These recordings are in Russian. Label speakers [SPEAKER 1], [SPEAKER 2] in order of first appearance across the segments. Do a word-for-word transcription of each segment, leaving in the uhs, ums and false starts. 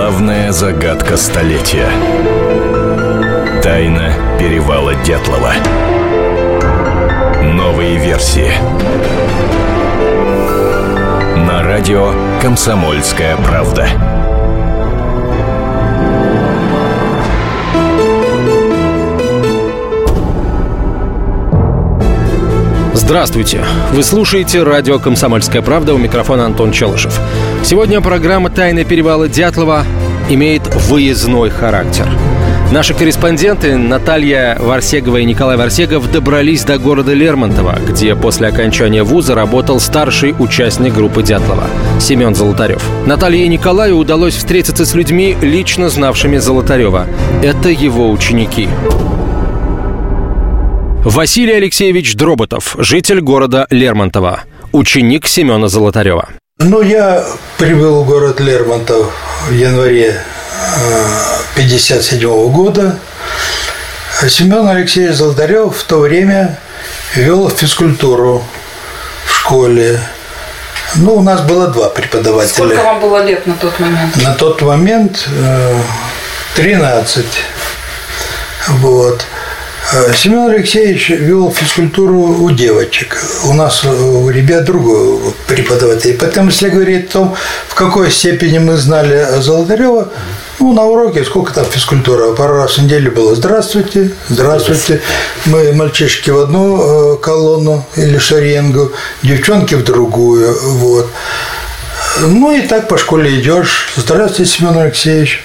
[SPEAKER 1] Главная загадка столетия. Тайна перевала Дятлова. Новые версии. На радио «Комсомольская правда».
[SPEAKER 2] Здравствуйте! Вы слушаете радио «Комсомольская правда», у микрофона Антон Челышев. Сегодня программа «Тайны перевала Дятлова» имеет выездной характер. Наши корреспонденты Наталья Варсегова и Николай Варсегов добрались до города Лермонтово, где после окончания вуза работал старший участник группы Дятлова – Семен Золотарев. Наталье и Николаю удалось встретиться с людьми, лично знавшими Золотарева. Это его ученики. Василий Алексеевич Дроботов, житель города Лермонтова, ученик Семена Золотарева.
[SPEAKER 3] Ну, я прибыл в город Лермонтов в январе пятьдесят седьмого года. Семен Алексеевич Золотарев в то время вел физкультуру в школе. Ну, у нас было два преподавателя.
[SPEAKER 4] Сколько вам было лет на тот момент?
[SPEAKER 3] На тот момент тринадцать. Вот. Семен Алексеевич вел физкультуру у девочек. У нас у ребят другой преподаватель. Поэтому, если говорить о том, в какой степени мы знали Золотарева, ну, на уроке сколько там физкультура? Пару раз в неделю было «Здравствуйте, здравствуйте». Мы, мальчишки, в одну колонну или шеренгу, девчонки в другую. Вот. Ну, и так по школе идешь. «Здравствуйте, Семен Алексеевич».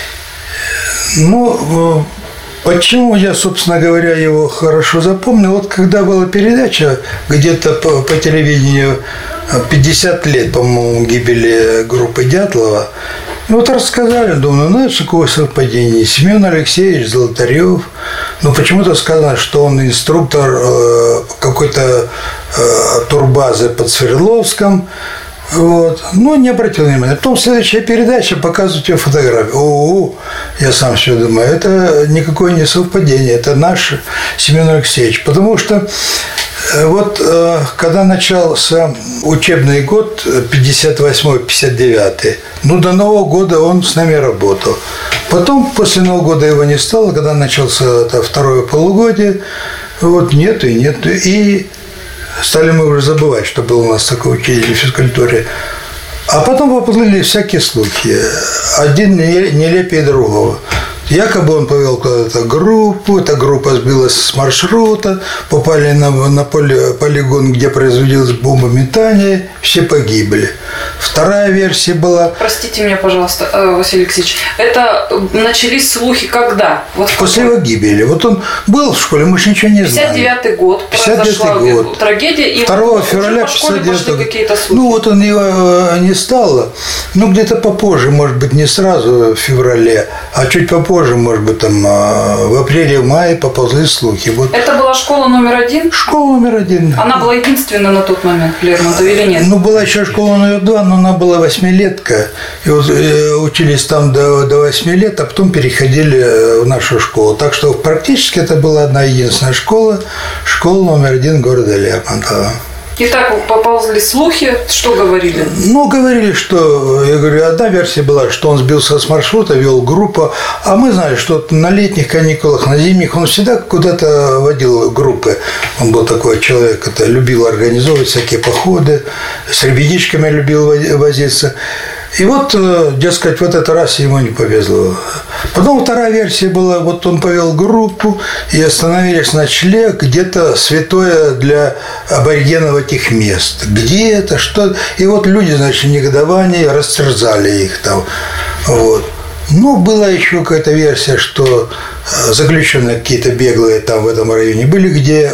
[SPEAKER 3] Ну, почему я, собственно говоря, его хорошо запомнил? Вот когда была передача где-то по, по телевидению пятьдесят лет, по-моему, гибели группы Дятлова, ну вот рассказали, думаю, ну это какое совпадение. Семен Алексеевич Золотарев, ну почему-то сказано, что он инструктор э, какой-то э, турбазы под Свердловском. Вот. Ну, не обратил внимания. Потом следующая передача показывает ее фотографию. О, я сам все думаю, это никакое не совпадение, это наш Семен Алексеевич. Потому что вот когда начался учебный год пятьдесят восьмой — пятьдесят девятый, ну, до Нового года он с нами работал. Потом, после Нового года его не стало, когда начался это второе полугодие, вот нету и нету. И стали мы уже забывать, что был у нас такой учитель в физкультуре. А потом поплыли всякие слухи. Один нелепее другого. Якобы он повел куда-то группу, эта группа сбилась с маршрута, попали на, на поле, полигон, где производилось бомбометание, все погибли. Вторая версия была...
[SPEAKER 4] Простите меня, пожалуйста, Василий Алексеевич, это начались слухи когда? Вот
[SPEAKER 3] после его гибели. Вот он был в школе, мы же ничего не знали.
[SPEAKER 4] пятьдесят девятый год произошла
[SPEAKER 3] год.
[SPEAKER 4] Трагедия, и
[SPEAKER 3] второго февраля пятьдесят девятого
[SPEAKER 4] какие-то слухи.
[SPEAKER 3] Ну, вот он его не стало, ну, где-то попозже, может быть, не сразу в феврале, а чуть попозже. Может быть, там в апреле, в мае поползли слухи. Вот.
[SPEAKER 4] Это была школа номер один?
[SPEAKER 3] Школа номер один.
[SPEAKER 4] Она была единственная на тот момент в Лермонтове или нет?
[SPEAKER 3] Ну, была еще школа номер два, но она была восьмилетка. И вот, э, учились там до, до восьми лет, а потом переходили в нашу школу. Так что практически это была одна единственная школа. Школа номер один города Лермонтова.
[SPEAKER 4] Итак, поползли слухи, что говорили?
[SPEAKER 3] Ну, говорили, что, я говорю, одна версия была, что он сбился с маршрута, вел группу, а мы знали, что на летних каникулах, на зимних он всегда куда-то водил группы. Он был такой человек, это любил организовывать всякие походы, с ребятишками любил возиться. И вот, дескать, в этот раз ему не повезло. Потом вторая версия была, вот он повел группу и остановились на ночлег где-то святое для аборигенов этих мест. Где это, что? И вот люди, значит, в негодовании растерзали их там. Вот. Ну, была еще какая-то версия, что заключенные какие-то беглые там в этом районе были, где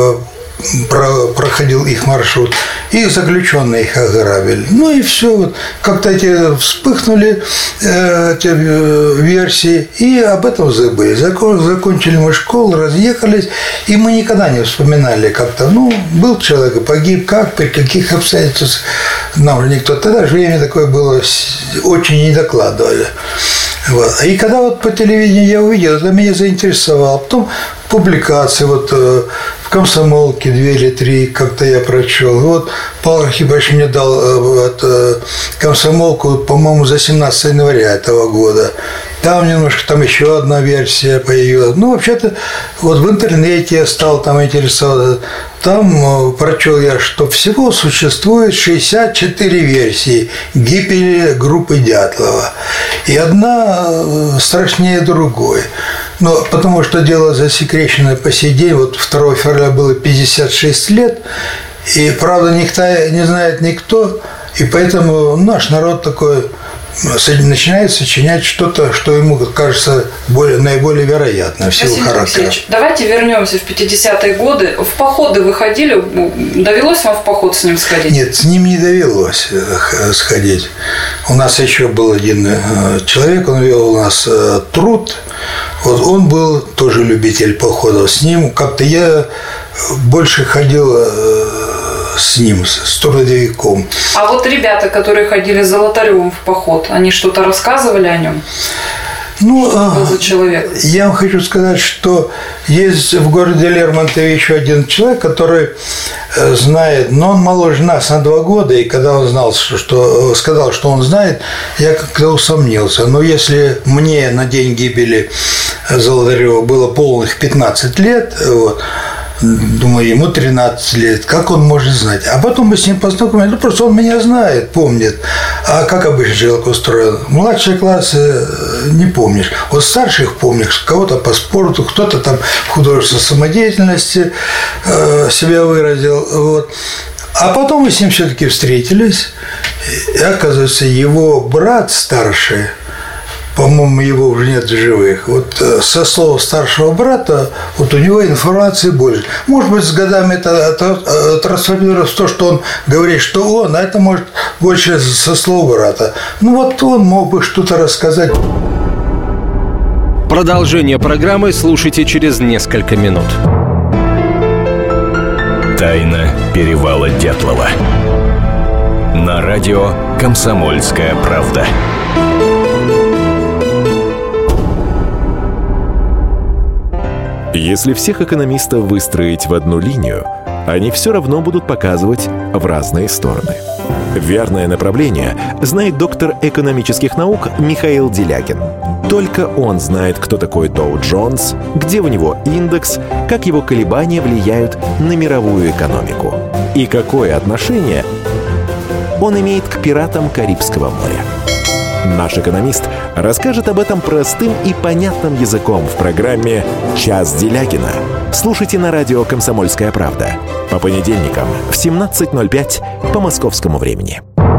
[SPEAKER 3] проходил их маршрут, и заключенные их ограбили. Ну и все, вот как-то эти вспыхнули эти версии, и об этом забыли. Закончили мы школу, разъехались, и мы никогда не вспоминали как-то, ну, был человек, погиб, как, при каких обстоятельствах. нам же никто тогда же время такое было, очень не докладывали. Вот. И когда вот по телевидению я увидел, это меня заинтересовало. Потом публикации вот э, в «Комсомолке» две или три как-то я прочел. Вот Павел Архипович мне дал э, вот, э, «Комсомолку», по-моему, за семнадцатое января этого года. Там немножко, там еще одна версия появилась. Ну, вообще-то, вот в интернете я стал там интересоваться. Там прочел я, что всего существует шестьдесят четыре версии гибели группы Дятлова. И одна страшнее другой. Но потому что дело засекречено по сей день. Вот второго февраля было пятьдесят шесть лет. И, правда, никто не знает никто. И поэтому наш народ такой начинает сочинять что-то, что ему кажется более, наиболее вероятно в силу характера.
[SPEAKER 4] Давайте вернемся в пятидесятые годы. В походы вы ходили? Довелось вам в поход с ним сходить?
[SPEAKER 3] Нет, с ним не довелось сходить. У нас еще был один человек, он вел у нас труд. Вот он был тоже любитель походов. С ним как-то я больше ходил с ним, с трудовиком.
[SPEAKER 4] А вот ребята, которые ходили с Золотаревым в поход, они что-то рассказывали о нем?
[SPEAKER 3] Ну,
[SPEAKER 4] что за человек?
[SPEAKER 3] Я вам хочу сказать, что есть в городе Лермонтове еще один человек, который знает, но он моложе нас на два года, и когда он знал, что, что сказал, что он знает, я как-то усомнился. Но если мне на день гибели Золотарева было полных пятнадцать лет, вот, думаю, ему тринадцать лет, как он может знать? А потом мы с ним познакомились, ну, просто он меня знает, помнит. А как обычно человек устроен? Младшие классы не помнишь. Вот старших помнишь, кого-то по спорту, кто-то там в художественной самодеятельности э, себя выразил. Вот. А потом мы с ним все-таки встретились, и, оказывается, его брат старший, по-моему, его уже нет в живых. Вот со слов старшего брата, вот у него информации больше. Может быть, с годами это трансформируется в то, что он говорит, что он, а это может больше со слов брата. Ну вот он мог бы что-то рассказать.
[SPEAKER 2] Продолжение программы слушайте через несколько минут.
[SPEAKER 1] Тайна перевала Дятлова. На радио «Комсомольская правда».
[SPEAKER 5] Если всех экономистов выстроить в одну линию, они все равно будут показывать в разные стороны. Верное направление знает доктор экономических наук Михаил Делягин. Только он знает, кто такой Доу Джонс, где у него индекс, как его колебания влияют на мировую экономику и какое отношение он имеет к пиратам Карибского моря. Наш экономист расскажет об этом простым и понятным языком в программе «Час Делягина». Слушайте на радио «Комсомольская правда» по понедельникам в семнадцать ноль пять по московскому времени.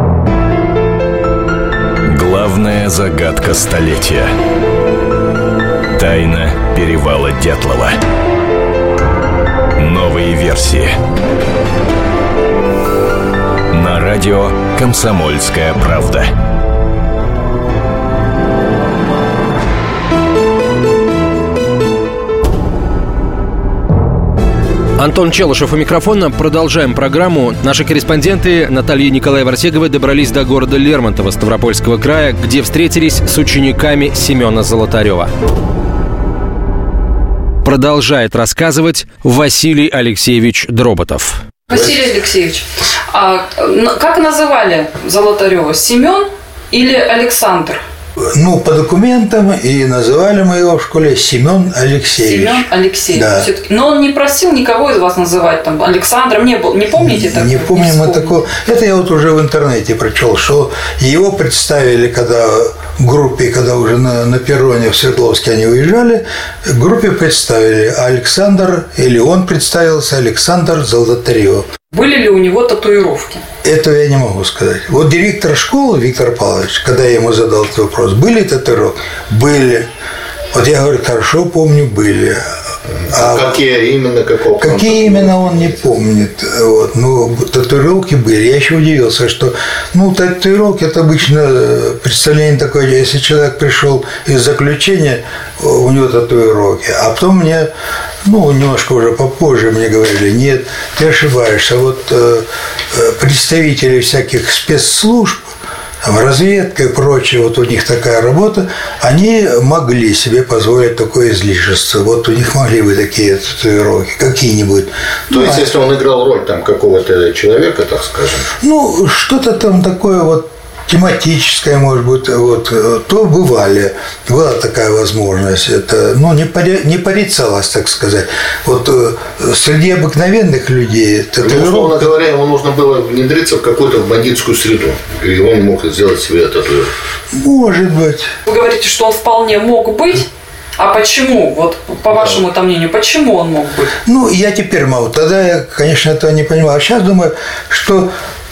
[SPEAKER 1] Главная загадка столетия. Тайна перевала Дятлова. Новые версии. На радио «Комсомольская правда».
[SPEAKER 2] Антон Челышев у микрофона. Продолжаем программу. Наши корреспонденты Наталья и Николай Варсеговы добрались до города Лермонтова Ставропольского края, где встретились с учениками Семена Золотарева. Продолжает рассказывать Василий Алексеевич Дроботов.
[SPEAKER 4] Василий Алексеевич, а как называли Золотарева? Семен или Александр?
[SPEAKER 3] Ну, по документам, и называли мы его в школе Семен Алексеевич.
[SPEAKER 4] Семен Алексеевич.
[SPEAKER 3] Да.
[SPEAKER 4] Но он не просил никого из вас называть там Александром. Не, был, не помните такого?
[SPEAKER 3] Не помним мы такого. Это я вот уже в интернете прочел, что его представили, когда в группе, когда уже на, на перроне в Свердловске они уезжали, в группе представили Александр, или он представился Александр Золотарев.
[SPEAKER 4] Были ли у него татуировки?
[SPEAKER 3] Этого я не могу сказать. Вот директор школы Виктор Павлович, когда я ему задал этот вопрос, были татуировки? Были. Вот я говорю, хорошо помню, были.
[SPEAKER 6] А какие именно, какого?
[SPEAKER 3] Какие именно он не помнит. Вот. Но татуировки были. Я еще удивился, что ну, татуировки – это обычно представление такое, если человек пришел из заключения, у него татуировки. А потом мне ну, немножко уже попозже мне говорили, нет, ты ошибаешься. Вот э, представители всяких спецслужб, там, разведка и прочее, вот у них такая работа, они могли себе позволить такое излишество. Вот у них могли быть такие татуировки, какие-нибудь.
[SPEAKER 6] То есть, а, если он играл роль там какого-то человека, так скажем?
[SPEAKER 3] Ну, что-то там такое вот тематическое, может быть, вот, то бывали. Была такая возможность. Это, ну, не, пори, не порицалось, так сказать. Вот среди обыкновенных людей...
[SPEAKER 6] Ну, условно говоря, ему нужно было внедриться в какую-то бандитскую среду. И он мог сделать себе татуировку.
[SPEAKER 3] Может быть.
[SPEAKER 4] Вы говорите, что он вполне мог быть. А почему? Вот по вашему там мнению, почему он мог быть?
[SPEAKER 3] Ну, я теперь могу. Тогда я, конечно, этого не понимал. А сейчас думаю, что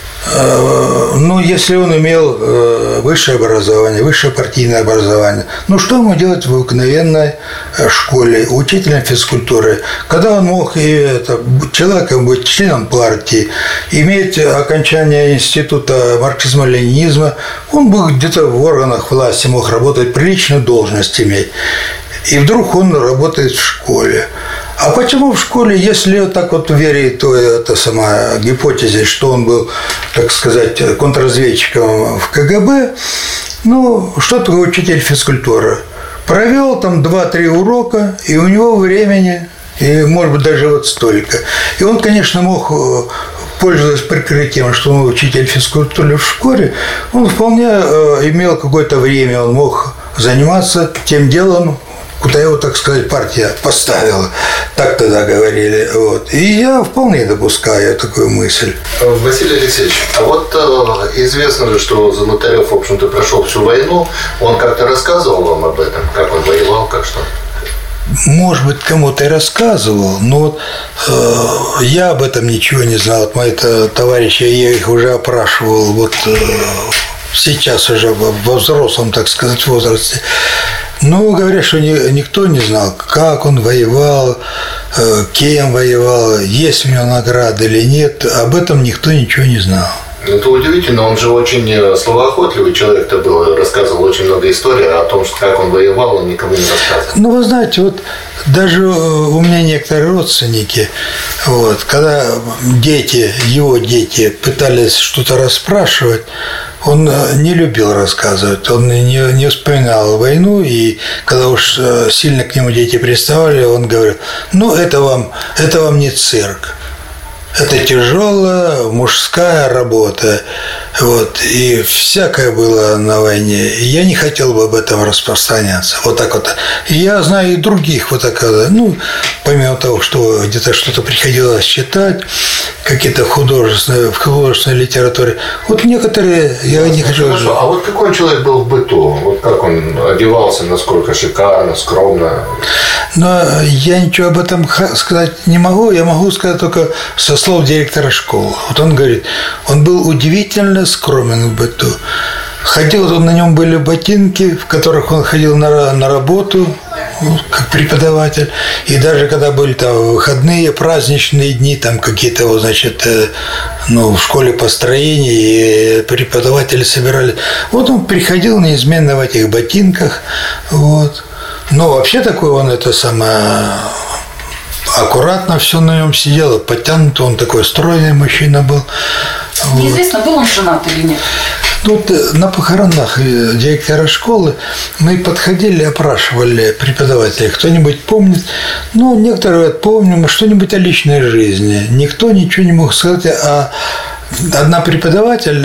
[SPEAKER 3] ну, если он имел высшее образование, высшее партийное образование, ну, что ему делать в обыкновенной школе, учителем физкультуры, когда он мог и это, человеком быть членом партии, иметь окончание института марксизма-ленинизма, он был где-то в органах власти, мог работать, приличную должность иметь. И вдруг он работает в школе. А почему в школе, если вот так вот верить той это сама гипотезе, что он был, так сказать, контрразведчиком в ка гэ бэ, ну, что такое учитель физкультуры? Провел там два-три урока, и у него времени, и, может быть, даже вот столько. И он, конечно, мог, пользуясь прикрытием, что он учитель физкультуры в школе, он вполне имел какое-то время, он мог заниматься тем делом, куда его, так сказать, партия поставила. Так тогда говорили. Вот. И я вполне допускаю такую мысль.
[SPEAKER 6] Василий Алексеевич, а вот э, известно же, что Золотарев, в общем-то, прошел всю войну. Он как-то рассказывал вам об этом? Как он воевал, как что?
[SPEAKER 3] Может быть, кому-то и рассказывал, но вот э, я об этом ничего не знал. Вот мои товарищи, я их уже опрашивал вот э, сейчас уже во взрослом, так сказать, возрасте. Ну, говорят, что никто не знал, как он воевал, кем воевал, есть у него награды или нет. Об этом никто ничего не знал.
[SPEAKER 6] Это удивительно, он же очень словоохотливый человек-то был, рассказывал очень много историй о том, что как он воевал, он никому не рассказывал.
[SPEAKER 3] Ну, вы знаете, вот даже у меня некоторые родственники, вот, когда дети, его дети пытались что-то расспрашивать, он не любил рассказывать, он не, не вспоминал войну, и когда уж сильно к нему дети приставали, он говорил, ну, это вам, это вам не цирк. Это тяжелая мужская работа. Вот. И всякое было на войне. И я не хотел бы об этом распространяться. Вот так вот. И я знаю и других вот так. Ну, помимо того, что где-то что-то приходилось читать, какие-то художественные, в художественной литературе. Вот некоторые, я не хочу...
[SPEAKER 6] Хорошо, а вот какой он человек был в быту? Вот как он одевался, насколько шикарно, скромно?
[SPEAKER 3] Но я ничего об этом сказать не могу. Я могу сказать только со слов директора школы. Вот он говорит, он был удивительно скромен в быту. Ходил, вот на нем были ботинки, в которых он ходил на, на работу, как преподаватель. И даже когда были там выходные, праздничные дни, там какие-то, вот, значит, ну, в школе построения, и преподаватели собирали. Вот он приходил неизменно в этих ботинках. Вот. Но вообще такой он, это самое... аккуратно все на нем сидело, подтянутый, он такой стройный мужчина был.
[SPEAKER 4] Неизвестно, вот. Был он женат или нет?
[SPEAKER 3] Тут на похоронах директора школы мы подходили, опрашивали преподавателей, кто-нибудь помнит. Ну, некоторые помним, что-нибудь о личной жизни. Никто ничего не мог сказать. А одна преподаватель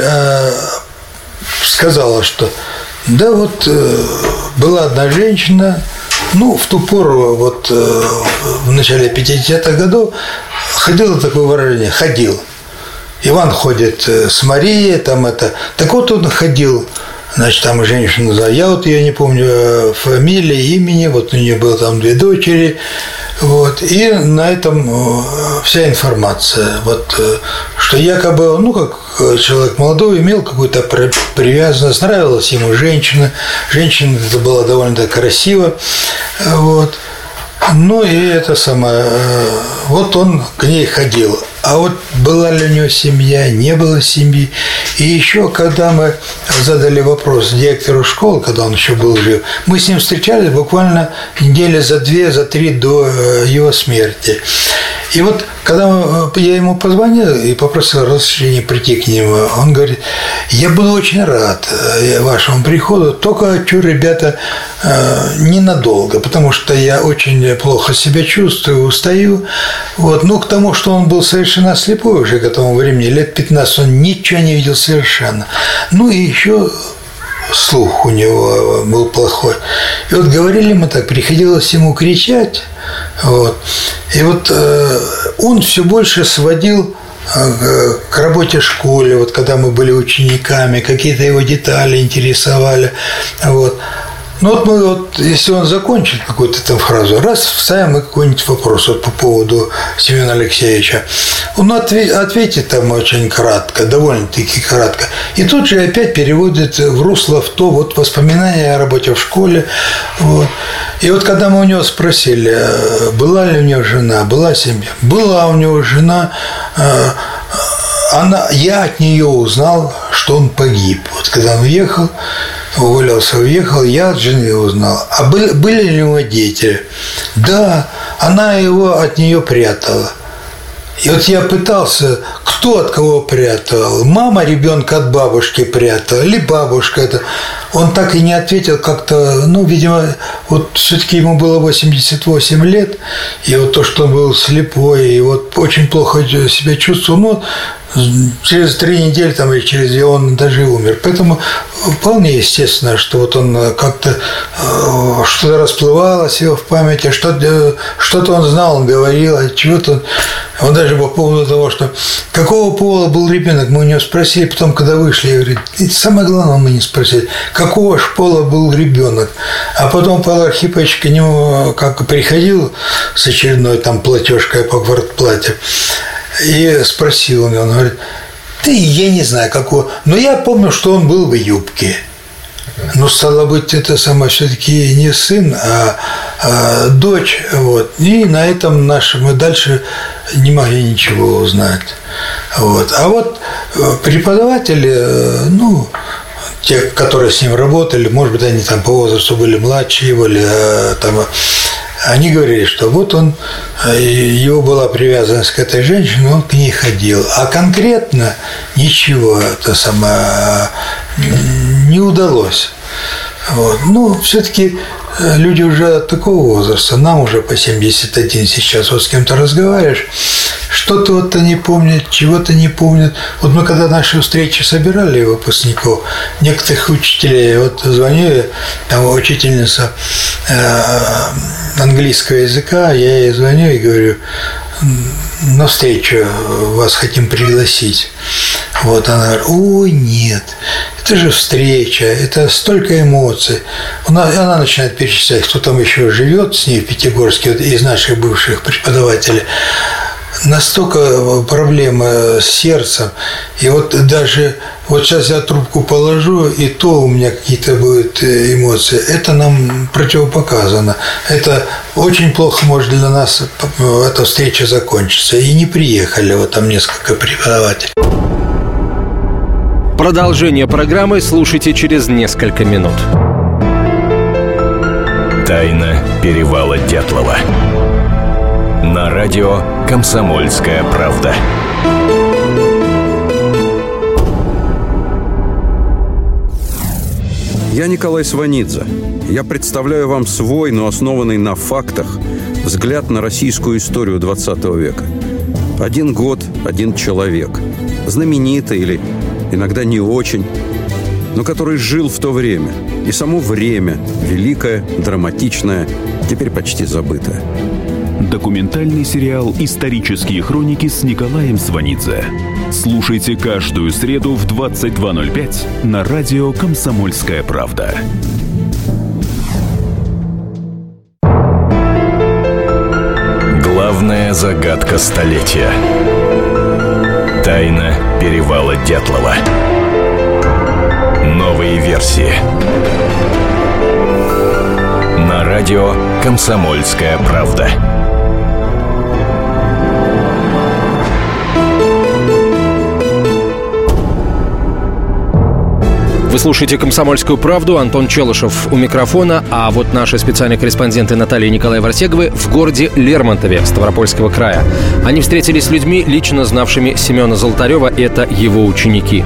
[SPEAKER 3] сказала, что да, вот была одна женщина, ну, в ту пору, вот в начале пятидесятых годов, ходило такое выражение «ходил». Иван ходит с Марией, там это. Так вот он ходил, значит, там женщина, я вот ее не помню фамилии, имени, вот у нее было там две дочери, вот, и на этом вся информация, вот, что якобы, ну, как человек молодой, имел какую-то привязанность, нравилась ему женщина, женщина это была довольно красиво, вот. Ну и это самое, вот он к ней ходил. А вот была ли у него семья, не было семьи. И еще, когда мы задали вопрос директору школы, когда он еще был жив, мы с ним встречались буквально недели за две, за три до его смерти. И вот, когда я ему позвонил и попросил разрешения прийти к нему, он говорит: я буду очень рад вашему приходу, только, чу, ребята, ненадолго, потому что я очень плохо себя чувствую, устаю. Вот. Ну, к тому, что он был совершенно слепой уже к этому времени, лет пятнадцать, он ничего не видел совершенно. Ну, и еще слух у него был плохой. И вот говорили мы так, приходилось ему кричать. Вот. И вот э, он все больше сводил э, к работе в школе, вот когда мы были учениками, какие-то его детали интересовали. Вот. Ну вот мы вот, если он закончит какую-то там фразу, раз вставим мы какой-нибудь вопрос вот по поводу Семена Алексеевича, он ответ, ответит там очень кратко, довольно-таки кратко, и тут же опять переводит в русло в то вот воспоминания о работе в школе. Вот. И вот когда мы у него спросили, была ли у него жена, была семья, была у него жена, она, я от нее узнал, что он погиб. Вот когда он уехал, уволился, уехал, я от жены узнал. А были, были ли у него дети? Да, она его от нее прятала. И вот я пытался, кто от кого прятал? Мама ребенка от бабушки прятала, или бабушка это? Он так и не ответил как-то, ну, видимо, вот все-таки ему было восемьдесят восемь лет, и вот то, что он был слепой, и вот очень плохо себя чувствовал, ну, через три недели там, или через две он даже умер. Поэтому вполне естественно, что вот он как-то э, что-то расплывалось его в памяти, что-то, что-то он знал, он говорил, чего-то он, он даже по поводу того, что какого пола был ребенок, мы у него спросили, потом, когда вышли, я говорю, самое главное, мы не спросили, какого ж пола был ребенок. А потом Павел Архипович к нему как приходил с очередной там платежкой по квартплате, и спросил он, он говорит: ты, я не знаю, какого, но я помню, что он был в юбке. Но стало быть, это самое все-таки не сын, а, а дочь. Вот. И на этом наши мы дальше не могли ничего узнать. Вот. А вот преподаватели, ну, те, которые с ним работали, может быть, они там по возрасту были младше его, или там, они говорили, что вот он, его была привязанность к этой женщине, он к ней ходил. А конкретно ничего это самое не удалось. Вот. Ну, все-таки люди уже от такого возраста, нам уже по семьдесят один сейчас, вот с кем-то разговариваешь, что-то вот не помнят, чего-то не помнят. Вот мы когда наши встречи собирали выпускников, некоторых учителей, вот звонили, там учительница э, английского языка, я ей звоню и говорю: на встречу вас хотим пригласить. Вот она говорит: ой, нет, это же встреча, это столько эмоций. Она, она начинает перечислять, кто там еще живет с ней в Пятигорске, вот, из наших бывших преподавателей. Настолько проблемы с сердцем. И вот даже вот сейчас я трубку положу, и то у меня какие-то будут эмоции. Это нам противопоказано. Это очень плохо может для нас эта встреча закончиться. И не приехали вот там несколько преподавателей.
[SPEAKER 2] Продолжение программы слушайте через несколько минут.
[SPEAKER 1] Тайна перевала Дятлова. На радио «Комсомольская правда».
[SPEAKER 7] Я Николай Сванидзе. Я представляю вам свой, но основанный на фактах, взгляд на российскую историю двадцатого века. Один год, один человек. Знаменитый или иногда не очень, но который жил в то время. И само время, великое, драматичное, теперь почти забытое.
[SPEAKER 8] Документальный сериал «Исторические хроники» с Николаем Сванидзе. Слушайте каждую среду в двадцать два ноль пять на радио «Комсомольская правда».
[SPEAKER 1] Главная загадка столетия. Тайна перевала Дятлова. Новые версии. На радио радио «Комсомольская правда».
[SPEAKER 2] Вы слушаете «Комсомольскую правду», Антон Челышев у микрофона, а вот наши специальные корреспонденты Наталья и Николай Варсеговы в городе Лермонтове Ставропольского края. Они встретились с людьми, лично знавшими Семена Золотарева, это его ученики.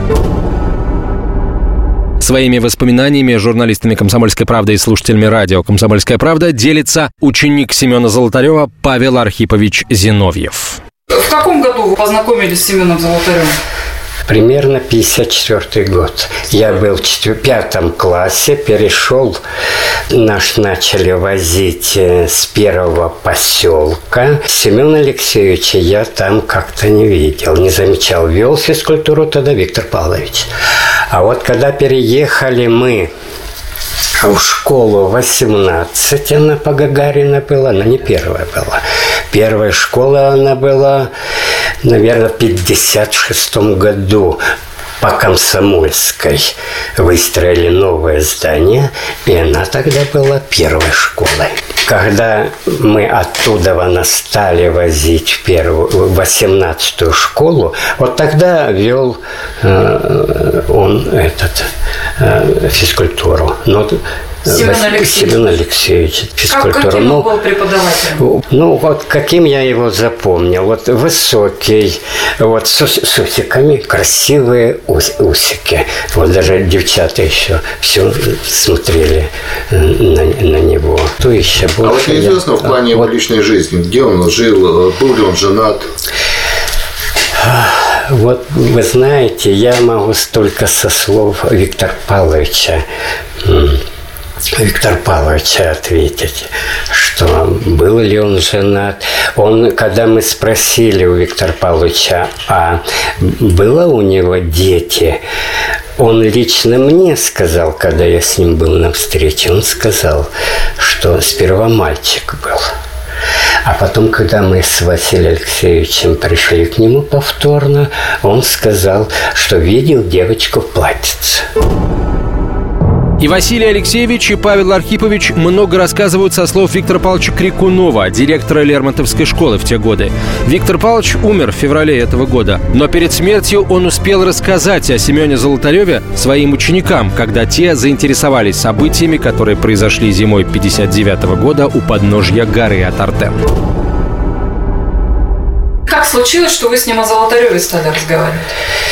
[SPEAKER 2] Своими воспоминаниями журналистами «Комсомольской правды» и слушателями радио «Комсомольская правда» делится ученик Семена Золотарева Павел Архипович Зиновьев.
[SPEAKER 4] В каком году вы познакомились с Семеном Золотаревым?
[SPEAKER 9] Примерно пятьдесят четвёртый год. Я был в пятом классе, перешел, наш начали возить с первого поселка. Семена Алексеевича я там как-то не видел, не замечал. Вел физкультуру тогда Виктор Павлович. А вот когда переехали мы в школу восемнадцать, она по Гагарина была, она не первая была. Первая школа она была, наверное, в пятьдесят шестом году. По Комсомольской выстроили новое здание, и она тогда была первой школой. Когда мы оттуда стали возить в первую, восемнадцатую школу, вот тогда вел э, он этот, э, физкультуру. Но,
[SPEAKER 4] Семен Алексеевич.
[SPEAKER 9] Семен Алексеевич, физкультуру.
[SPEAKER 4] Как, каким
[SPEAKER 9] ну,
[SPEAKER 4] он был преподавателем?
[SPEAKER 9] Ну, вот каким я его запомнил. Вот высокий, вот с, с усиками, красивые ус, усики. Вот даже девчата еще все смотрели на, на него. То еще
[SPEAKER 6] а вот неизвестно в плане вот, его личной жизни, где он жил, был ли он женат?
[SPEAKER 9] Вот вы знаете, я могу только со слов Виктора Павловича Виктора Павловича ответить, что был ли он женат. Он, когда мы спросили у Виктора Павловича, а было у него дети, он лично мне сказал, когда я с ним был на встрече, он сказал, что сперва мальчик был. А потом, когда мы с Василием Алексеевичем пришли к нему повторно, он сказал, что видел девочку в платьице.
[SPEAKER 2] И Василий Алексеевич, и Павел Архипович много рассказывают со слов Виктора Павловича Крикунова, директора Лермонтовской школы в те годы. Виктор Павлович умер в феврале этого года, но перед смертью он успел рассказать о Семене Золотареве своим ученикам, когда те заинтересовались событиями, которые произошли зимой пятьдесят девятого года у подножья горы Атартен.
[SPEAKER 4] Как случилось, что вы с ним о Золотареве стали разговаривать?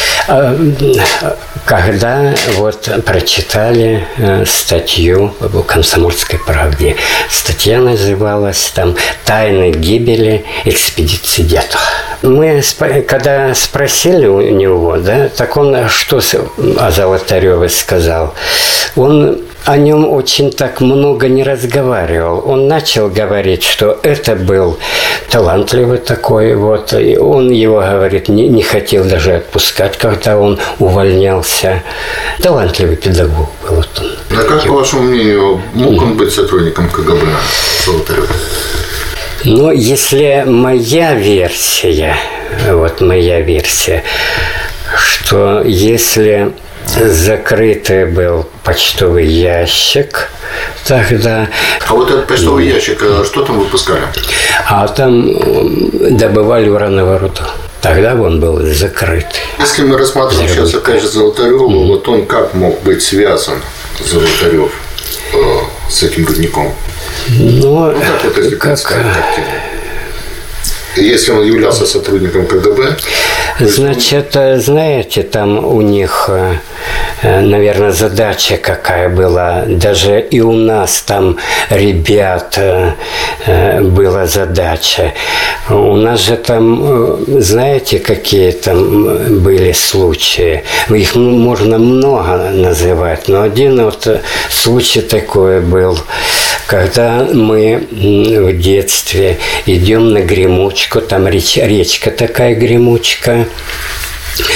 [SPEAKER 9] Когда вот прочитали статью в «Комсомольской правде». Статья называлась там «Тайны гибели экспедиции Дятлова». Мы, когда спросили у него, да, так он что о Золотареве сказал? Он о нем очень так много не разговаривал. Он начал говорить, что это был талантливый такой, вот, и он его, говорит, не, не хотел даже отпускать, когда он увольнялся. Талантливый педагог был вот он.
[SPEAKER 6] А как, по вашему мнению, мог он быть сотрудником КГБ Золотарев?
[SPEAKER 9] Ну, если моя версия, вот моя версия, что если закрытый был почтовый ящик тогда.
[SPEAKER 6] А вот этот почтовый ящик, что там выпускали?
[SPEAKER 9] А там добывали урановую руду. Тогда он был закрыт.
[SPEAKER 6] Если мы рассматриваем сейчас опять же Золотарева, mm-hmm. вот он как мог быть связан, Золотарев, э, с этим бедняком?
[SPEAKER 9] Ну,
[SPEAKER 6] ну как вот если
[SPEAKER 9] как...
[SPEAKER 6] представить картину? Если он являлся сотрудником КГБ?
[SPEAKER 9] Значит, знаете, там у них, наверное, задача какая была. Даже и у нас там, ребят, была задача. У нас же там, знаете, какие там были случаи. Их можно много называть, но один вот случай такой был, когда мы в детстве идем на Гремучку, там реч, речка такая Гремучка,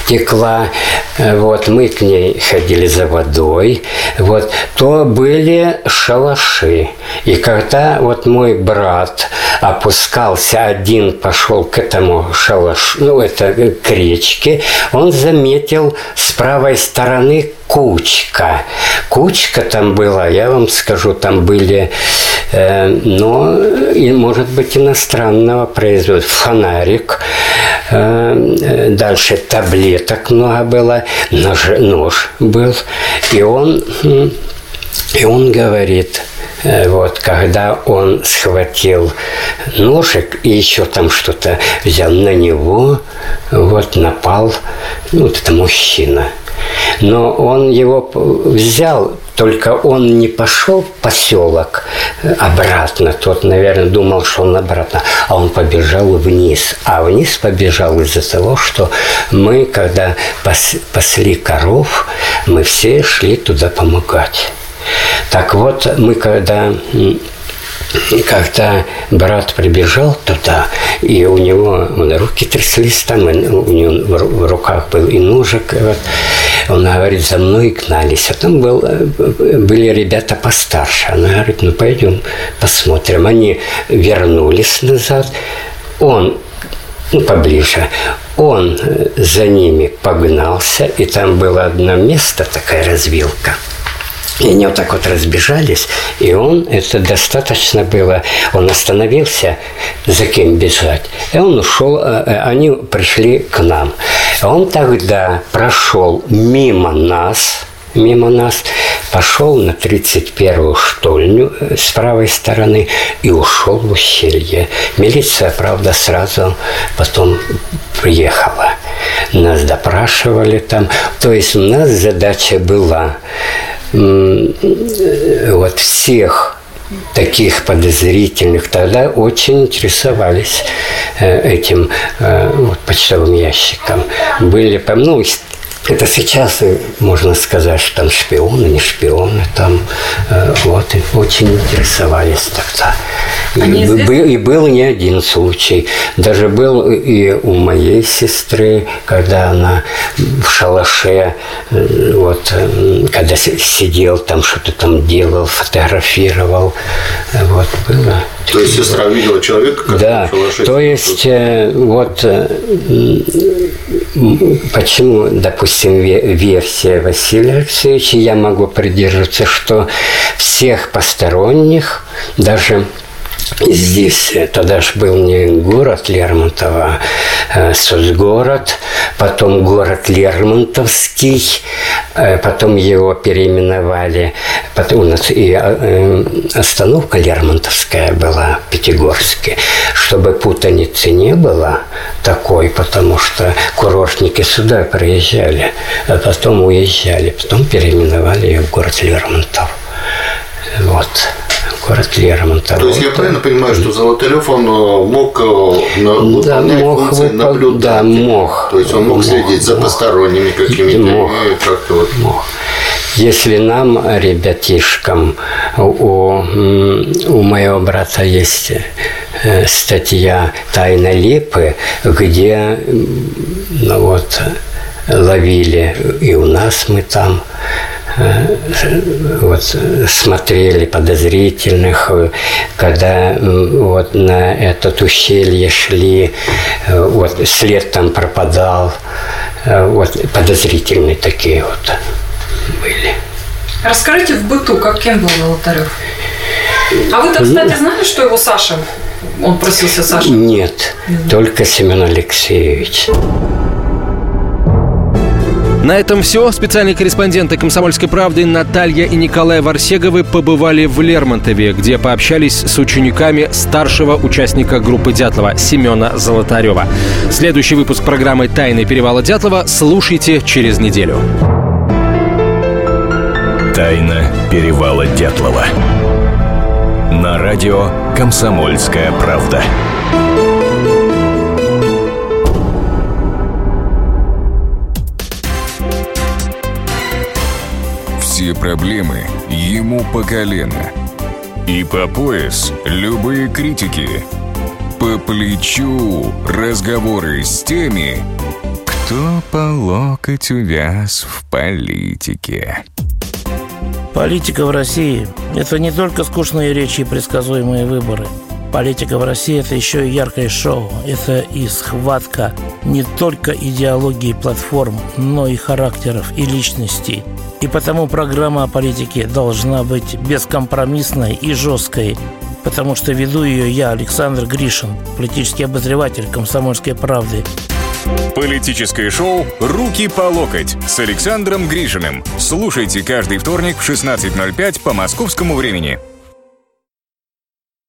[SPEAKER 9] текла, вот, мы к ней ходили за водой, вот, то были шалаши. И когда вот мой брат опускался, один пошел к этому шалашу, ну, это к речке, он заметил с правой стороны кучка. Кучка там была, я вам скажу, там были, э, ну, и, может быть, иностранного производства, фонарик, э, дальше таблеток много было, нож, нож был, и он, и он говорит, вот, когда он схватил ножик и еще там что-то взял, на него вот напал, ну, вот это мужчина. Но он его взял, только он не пошел в поселок обратно. Тот, наверное, думал, что он обратно, а он побежал вниз. А вниз побежал из-за того, что мы, когда пас, пасли коров, мы все шли туда помогать. Так вот, мы когда... Когда брат прибежал туда, и у него руки тряслись там, и у него в руках был и ножик, вот, он говорит, за мной гнались. А там был, были ребята постарше. Она говорит, ну пойдем посмотрим. Они вернулись назад. Он, ну поближе, он за ними погнался, и там было одно место, такая развилка. И они вот так вот разбежались, и он, это достаточно было, он остановился, за кем бежать, и он ушел, они пришли к нам. Он тогда прошел мимо нас, мимо нас, пошел на тридцать первую штольню с правой стороны и ушел в ущелье. Милиция, правда, сразу потом приехала. Нас допрашивали там. То есть у нас задача была вот всех таких подозрительных тогда очень интересовались этим вот, почтовым ящиком. Были, ну, это сейчас можно сказать, что там шпионы, не шпионы, там вот, и очень интересовались тогда. И, и был не один случай. Даже был и у моей сестры, когда она в шалаше, вот, когда сидел там, что-то там делал, фотографировал, вот, было.
[SPEAKER 6] То есть сестра видела человека, который
[SPEAKER 9] да,
[SPEAKER 6] в шалаше?
[SPEAKER 9] То есть, вот, почему, допустим, версия Василия Алексеевича, я могу придерживаться, что всех посторонних, даже здесь, тогда же был не город Лермонтова, а соцгород, потом город Лермонтовский, потом его переименовали, потом у нас и остановка Лермонтовская была в Пятигорске, чтобы путаницы не было такой, потому что курортники сюда приезжали, а потом уезжали, потом переименовали ее в город Лермонтов. Вот. Город Лермонтов.
[SPEAKER 6] То есть я правильно понимаю, что Золотарев, он мог выполнять да, мог функции выпол... наблюдателя?
[SPEAKER 9] Да, мог.
[SPEAKER 6] То есть он мог, мог следить за мог. посторонними какими-то
[SPEAKER 9] мог.
[SPEAKER 6] как-то вот.
[SPEAKER 9] Мог. Если нам, ребятишкам, у, у моего брата есть статья «Тайна Липы», где ну, вот, ловили, и у нас мы там вот, смотрели подозрительных, когда вот на этот ущелье шли, вот, след там пропадал, вот, подозрительные такие вот были.
[SPEAKER 4] Расскажите в быту, как кем был Золотарев? А вы-то, кстати, знали, что его Саша, он просился Саша?
[SPEAKER 9] Нет, mm-hmm. только Семен Алексеевич.
[SPEAKER 2] На этом все. Специальные корреспонденты «Комсомольской правды» Наталья и Николай Варсеговы побывали в Лермонтове, где пообщались с учениками старшего участника группы Дятлова Семена Золотарева. Следующий выпуск программы «Тайны перевала Дятлова» слушайте через неделю.
[SPEAKER 1] «Тайна перевала Дятлова». На радио «Комсомольская правда».
[SPEAKER 10] Все проблемы ему по колено. И по пояс любые критики. По плечу разговоры с теми, Кто по локоть увяз в политике?
[SPEAKER 11] Политика в России – это не только скучные речи и предсказуемые выборы. Политика в России – это еще и яркое шоу. Это и схватка не только идеологии платформ, но и характеров и личностей. И потому программа о политике должна быть бескомпромиссной и жесткой, потому что веду ее я, Александр Гришин, политический обозреватель «Комсомольской правды».
[SPEAKER 10] Политическое шоу «Руки по локоть» с Александром Гришиным. Слушайте каждый вторник в шестнадцать ноль пять по московскому времени.